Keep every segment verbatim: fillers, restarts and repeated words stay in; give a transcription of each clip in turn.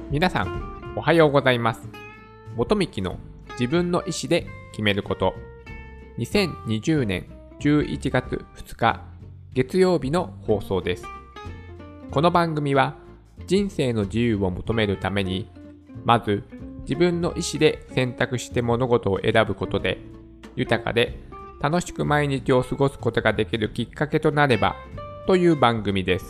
皆さん、おはようございます。元幹の自分の意思で決めること。にせんにじゅうねんじゅういちがつふつか月曜日の放送です。この番組は人生の自由を求めるために、まず自分の意思で選択して物事を選ぶことで、豊かで楽しく毎日を過ごすことができるきっかけとなればという番組です。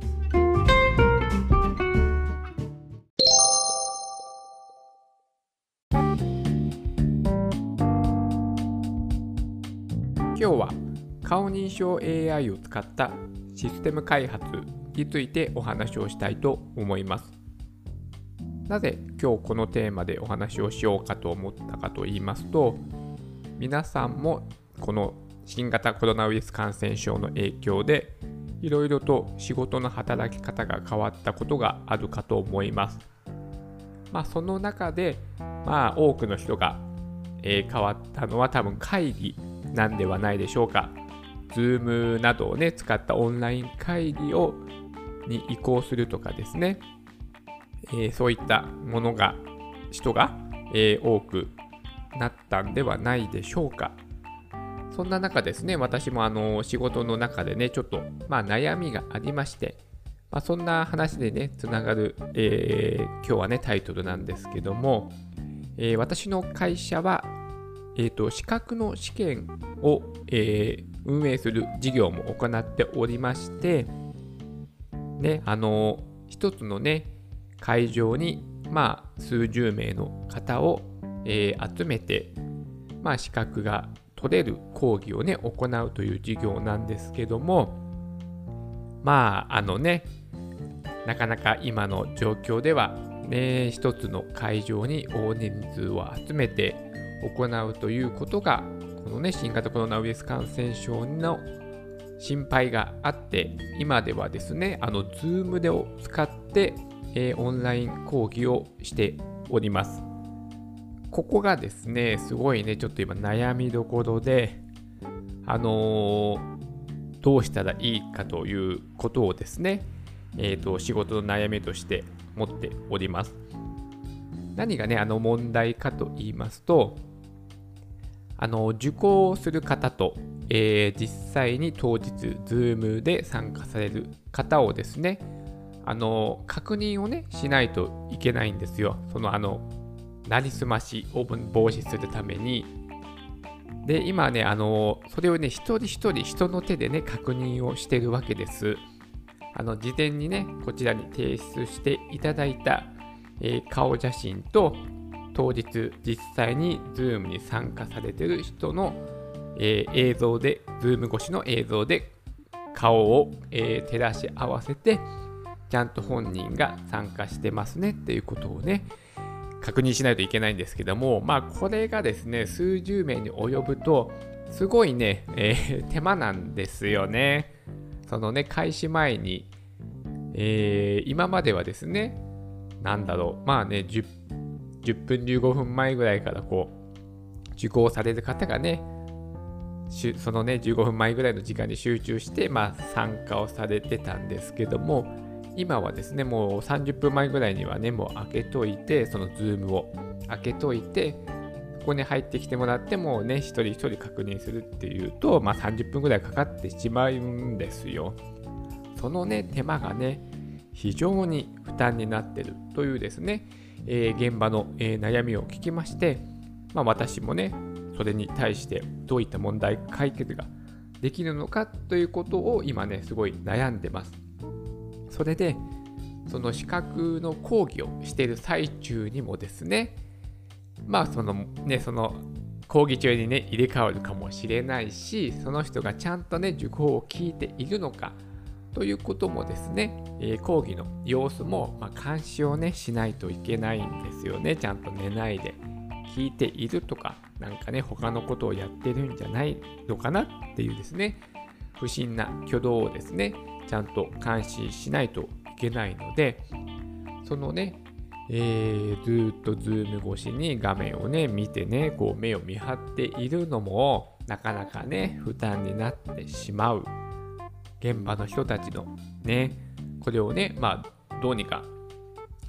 今日は顔認証 エーアイ を使ったシステム開発についてお話をしたいと思います。なぜ今日このテーマでお話をしようかと思ったかと言いますと、皆さんもこの新型コロナウイルス感染症の影響でいろいろと仕事の働き方が変わったことがあるかと思います。まあその中でまあ多くの人が、えー、変わったのは多分会議なんではないでしょうか。Zoom などをね使ったオンライン会議をに移行するとかですね、えー、そういったものが人が、えー、多くなったんではないでしょうか。そんな中ですね、私もあの仕事の中でねちょっと、まあ、悩みがありまして、まあ、そんな話でねつながる、えー、今日はねタイトルなんですけども、えー、私の会社はえーと、資格の試験を、えー、運営する事業も行っておりまして、ね、あの一つのね会場に、まあ、数十名の方を、えー、集めて、まあ、資格が取れる講義をね行うという事業なんですけども、まああのねなかなか今の状況ではね一つの会場に大人数を集めて行うということがこのね新型コロナウイルス感染症の心配があって、今ではですねあの Zoom でを使って、えー、オンライン講義をしております。ここがですねすごいねちょっと今悩みどころで、あのー、どうしたらいいかということをですね、えーと、仕事の悩みとして持っております。何がねあの問題かと言いますと、あの受講する方と、えー、実際に当日 Zoom で参加される方をですねあの確認をねしないといけないんですよ。そのあのなりすましを防止するために。で今ねあのそれをね一人一人人の手でね確認をしてるわけです。あの事前にねこちらに提出していただいたえー、顔写真と当日実際に Zoom に参加されている人の、えー、映像で Zoom 越しの映像で顔を、えー、照らし合わせてちゃんと本人が参加してますねっていうことをね確認しないといけないんですけども、まあこれがですね数十名に及ぶとすごいね、えー、手間なんですよね。そのね開始前に、えー、今まではですねなんだろうまあね 10, じゅっぷんじゅうごふんまえぐらいからこう受講される方がねそのねじゅうごふんまえぐらいの時間に集中して、まあ、参加をされてたんですけども、今はですねもうさんじゅっぷんまえぐらいにはねもう開けといて、その Zoom を開けといてここに入ってきてもらってもね一人一人確認するっていうと、まあ、さんじゅっぷんぐらいかかってしまうんですよ。そのね手間がね非常に負担になっているというですね、えー、現場の、えー、悩みを聞きまして、まあ、私もねそれに対してどういった問題解決ができるのかということを今ねすごい悩んでます。それでその資格の講義をしている最中にもですね、まあそのねその講義中にね入れ替わるかもしれないし、その人がちゃんとね受講を聞いているのかということもですね、えー、講義の様子も、まあ、監視をねしないといけないんですよね。ちゃんと寝ないで聞いているとか、なんかね他のことをやってるんじゃないのかなっていうですね不審な挙動をですねちゃんと監視しないといけないので、そのね、えー、ずっとズーム越しに画面をね見てねこう目を見張っているのもなかなかね負担になってしまう。現場の人たちのねこれをねまあどうにか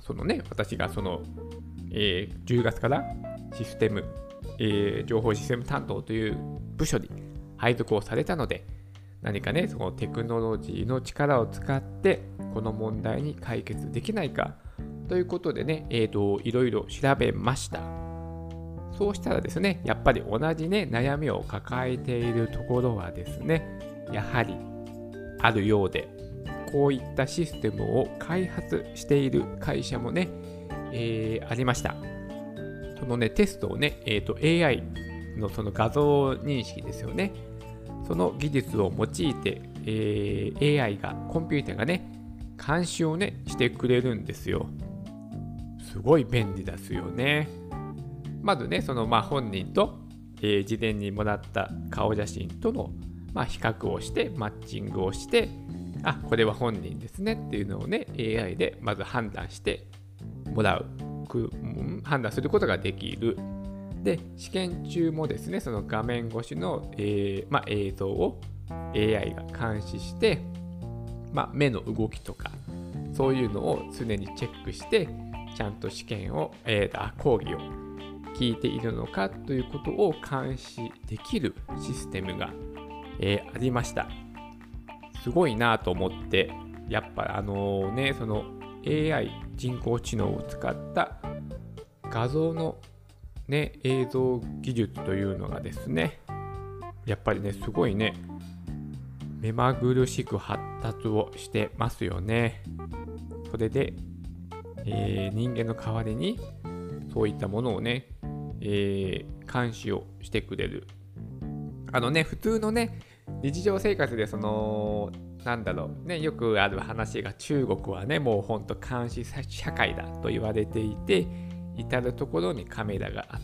そのね、私がその、えー、じゅうがつからシステム、えー、情報システム担当という部署に配属をされたので、何かね、そのテクノロジーの力を使ってこの問題に解決できないかということでね、えーと、いろいろ調べました。そうしたらですね、やっぱり同じね、悩みを抱えているところはですね、やはりあるようで、こういったシステムを開発している会社もね、えー、ありました。そのね、テストをね、えーと、エーアイ のその画像認識ですよね。その技術を用いて、えー、エーアイ が、コンピューターがね、監視をね、してくれるんですよ。すごい便利ですよね。まずね、そのまあ本人と、えー、事前にもらった顔写真との、まあ、比較をして、マッチングをして、あ、これは本人ですねっていうのをね、エーアイ でまず判断してもらう、判断することができる。で、試験中もですね、その画面越しの、えーまあ、映像を エーアイ が監視して、まあ、目の動きとか、そういうのを常にチェックして、ちゃんと試験を、えー、講義を聞いているのかということを監視できるシステムが、えー、ありました。すごいなと思って、やっぱあのね、その エーアイ 人工知能を使った画像のね、映像技術というのがですね、やっぱりね、すごいね、目まぐるしく発達をしてますよね。それで、えー、人間の代わりにそういったものをね、えー、監視をしてくれる。あのね、普通のね、日常生活でその、なんだろうね、よくある話が、中国はね、もうほんと監視社会だと言われていて、至るところにカメラがあって、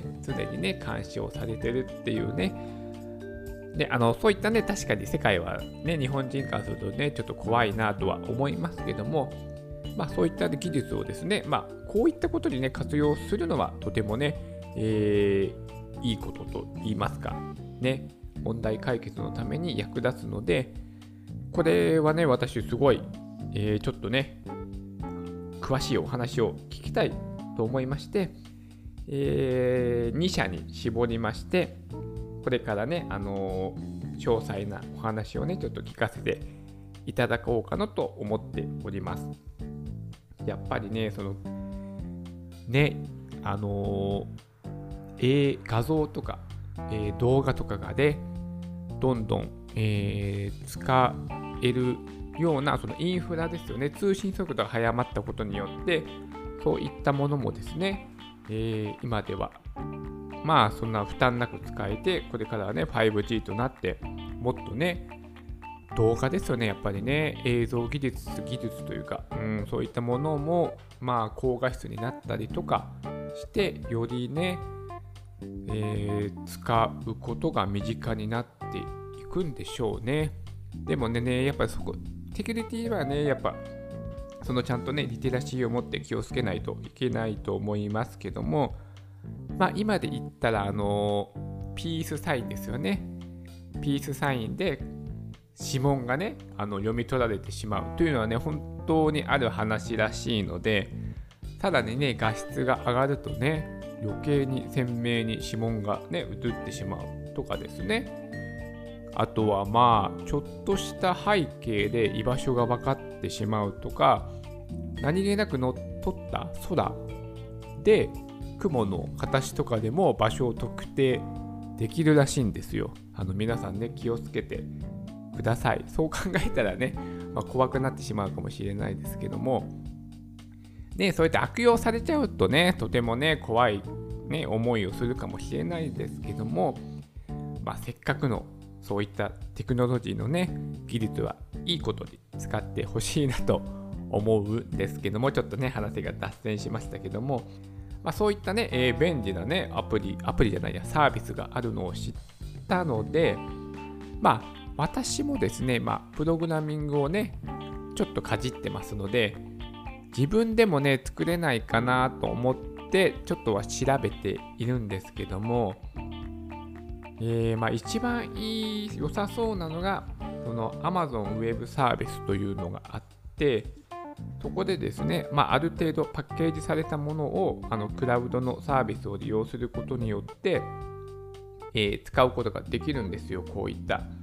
常にね、監視をされてるっていうね。で、あの、そういったね、確かに世界はね、日本人からするとね、ちょっと怖いなとは思いますけども、まあそういった技術をですね、まあこういったことにね、活用するのはとてもね、えー、いいことと言いますか、ね、問題解決のために役立つので、これはね、私すごい、えー、ちょっとね、詳しいお話を聞きたいと思いまして、えー、に社に絞りまして、これからね、あのー、詳細なお話をね、ちょっと聞かせていただこうかなと思っております。やっぱりね、その、ね、あのー、えー、画像とか、えー、動画とかがね、どんどん、えー、使えるようなそのインフラですよね。通信速度が速まったことによって、そういったものもですね、えー、今ではまあそんな負担なく使えて、これからはね ファイブジー となって、もっとね動画ですよね、やっぱりね、映像技術技術というか、うん、そういったものもまあ高画質になったりとかして、よりね、えー、使うことが身近になっていくんでしょうね。でもね、やっぱりそこ、セキュリティはね、やっぱそのちゃんとね、リテラシーを持って気をつけないといけないと思いますけども、まあ今で言ったら、あの、ピースサインですよね。ピースサインで指紋がね、あの読み取られてしまうというのはね、本当にある話らしいので、ただにね、画質が上がるとね、余計に鮮明に指紋がね、映ってしまうとかですね。あとはまあ、ちょっとした背景で居場所が分かってしまうとか、何気なくの撮った空で雲の形とかでも場所を特定できるらしいんですよ。あの皆さんね、気をつけてください。そう考えたらね、まあ、怖くなってしまうかもしれないですけども、ね、そうやって悪用されちゃうとね、とてもね、怖い、ね、思いをするかもしれないですけども、まあ、せっかくのそういったテクノロジーのね、技術はいいことに使ってほしいなと思うんですけども、ちょっとね、話が脱線しましたけども、まあ、そういったね、えー、便利なね、アプリ、アプリじゃないや、サービスがあるのを知ったので、まあ、私もですね、まあ、プログラミングをね、ちょっとかじってますので、自分でもね、作れないかなと思って、ちょっとは調べているんですけども、えー、まあ一番いい良さそうなのが、その Amazon Web サービスというのがあって、 そこでですね、まあ、ある程度パッケージされたものをあのクラウドのサービスを利用することによって、えー、使うことができるんですよ。こういった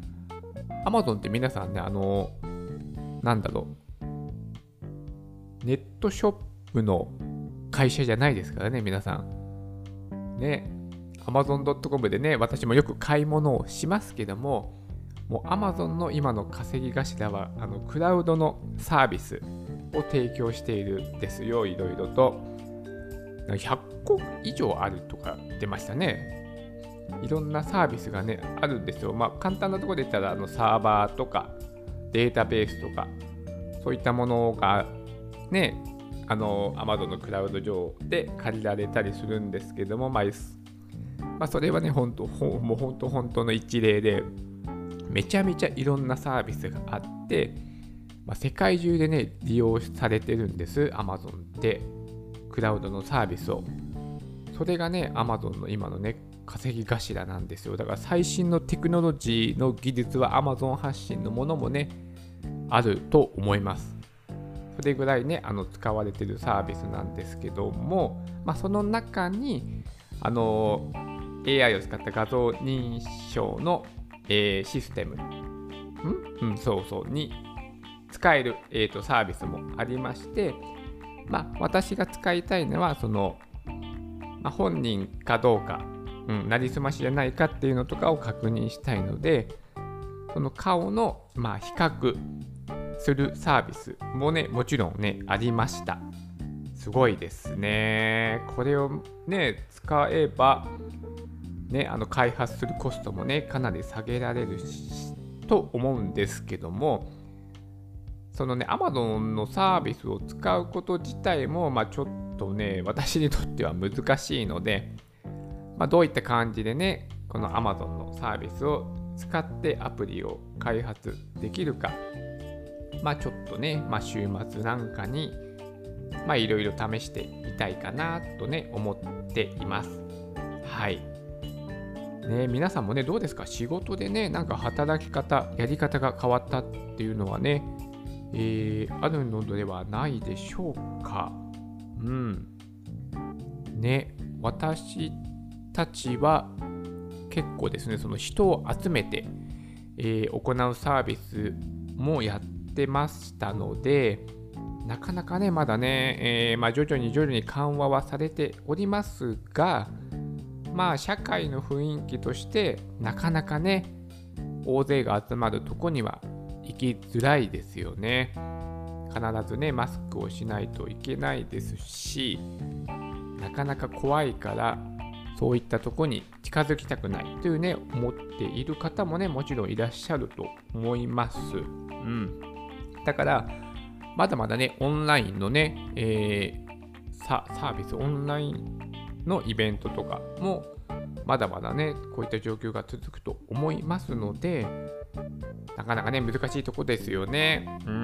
Amazon って皆さんね、あのなんだろう、ネットショップの会社じゃないですからね、皆さんね。 アマゾンドットコム でね、私もよく買い物をしますけども、もう Amazon の今の稼ぎ頭はあのクラウドのサービスを提供しているんですよ。いろいろとひゃっこ以上あるとか出ましたね。いろんなサービスがねあるんですよ。まあ簡単なところで言ったらあのサーバーとかデータベースとかそういったものがね、あの Amazon のクラウド上で借りられたりするんですけども、まあ、まあ、それはね本当ほもう本当本当の一例で、めちゃめちゃいろんなサービスがあって、まあ、世界中でね利用されてるんです。 Amazon ってクラウドのサービスを。それがね Amazon の今のね稼ぎ頭なんですよ。だから最新のテクノロジーの技術は Amazon 発信のものもねあると思います。それぐらいねあの使われてるサービスなんですけども、まあ、その中にあの エーアイ を使った画像認証の、えー、システムん、うん、そうそうに使える、えーと、サービスもありまして、まあ、私が使いたいのはその、まあ、本人かどうか、うん、なりすましじゃないかっていうのとかを確認したいので、その顔の、まあ、比較するサービスもねもちろんねありました。すごいですね。これをね使えばね、あの開発するコストもねかなり下げられるしと思うんですけども、そのね Amazon のサービスを使うこと自体も、まあ、ちょっとね私にとっては難しいので、まあ、どういった感じでねこの Amazon のサービスを使ってアプリを開発できるか、まあちょっとね、まあ、週末なんかにまあいろいろ試してみたいかなとね思っています。はいね、皆さんもねどうですか？仕事でねなんか働き方やり方が変わったっていうのはね、えー、あるのではないでしょうか。うんね、私たちは結構ですねその人を集めて、えー、行うサービスもやってましたので、なかなかねまだね、えーまあ、徐々に徐々に緩和はされておりますが、まあ社会の雰囲気としてなかなかね大勢が集まるとこには行きづらいですよね。必ずねマスクをしないといけないですし、なかなか怖いからそういったとこに近づきたくないというね思っている方もねもちろんいらっしゃると思います。うん。だからまだまだねオンラインのね、えー、サ, サービスオンラインのイベントとかもまだまだねこういった状況が続くと思いますので、なかなかね難しいとこですよね。うん、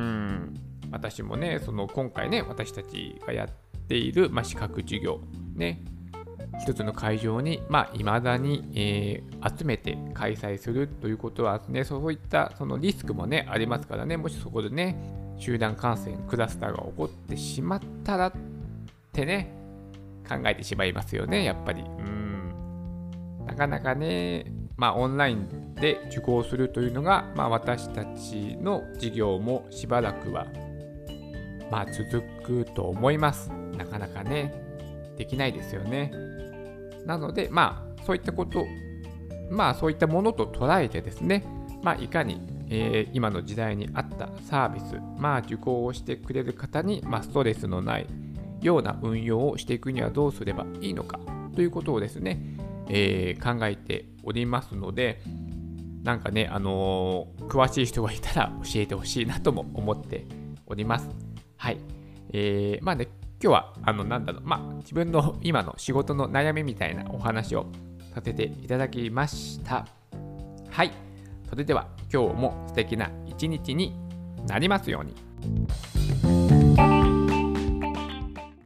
私もねその今回ね私たちがやっている、まあ、資格授業ね一つの会場にまあ未だに、えー、集めて開催するということはね、そういったそのリスクもねありますからね、もしそこでね集団感染クラスターが起こってしまったらってね考えてしまいますよね。やっぱりうんなかなかねまあオンラインで受講するというのが、まあ、私たちの授業もしばらくはまあ続くと思います。なかなかねできないですよね。なのでまあそういったことまあそういったものと捉えてですね、まあいかに、えー、今の時代に合ったサービスまあ受講をしてくれる方に、まあ、ストレスのないような運用をしていくにはどうすればいいのかということをですね、えー、考えておりますので、なんかね、あのー、詳しい人がいたら教えてほしいなとも思っております。はい。えー、まあね、今日は、あの、なんだろう、まあ、自分の今の仕事の悩みみたいなお話をさせていただきました。はい。それでは、今日も素敵な一日になりますように。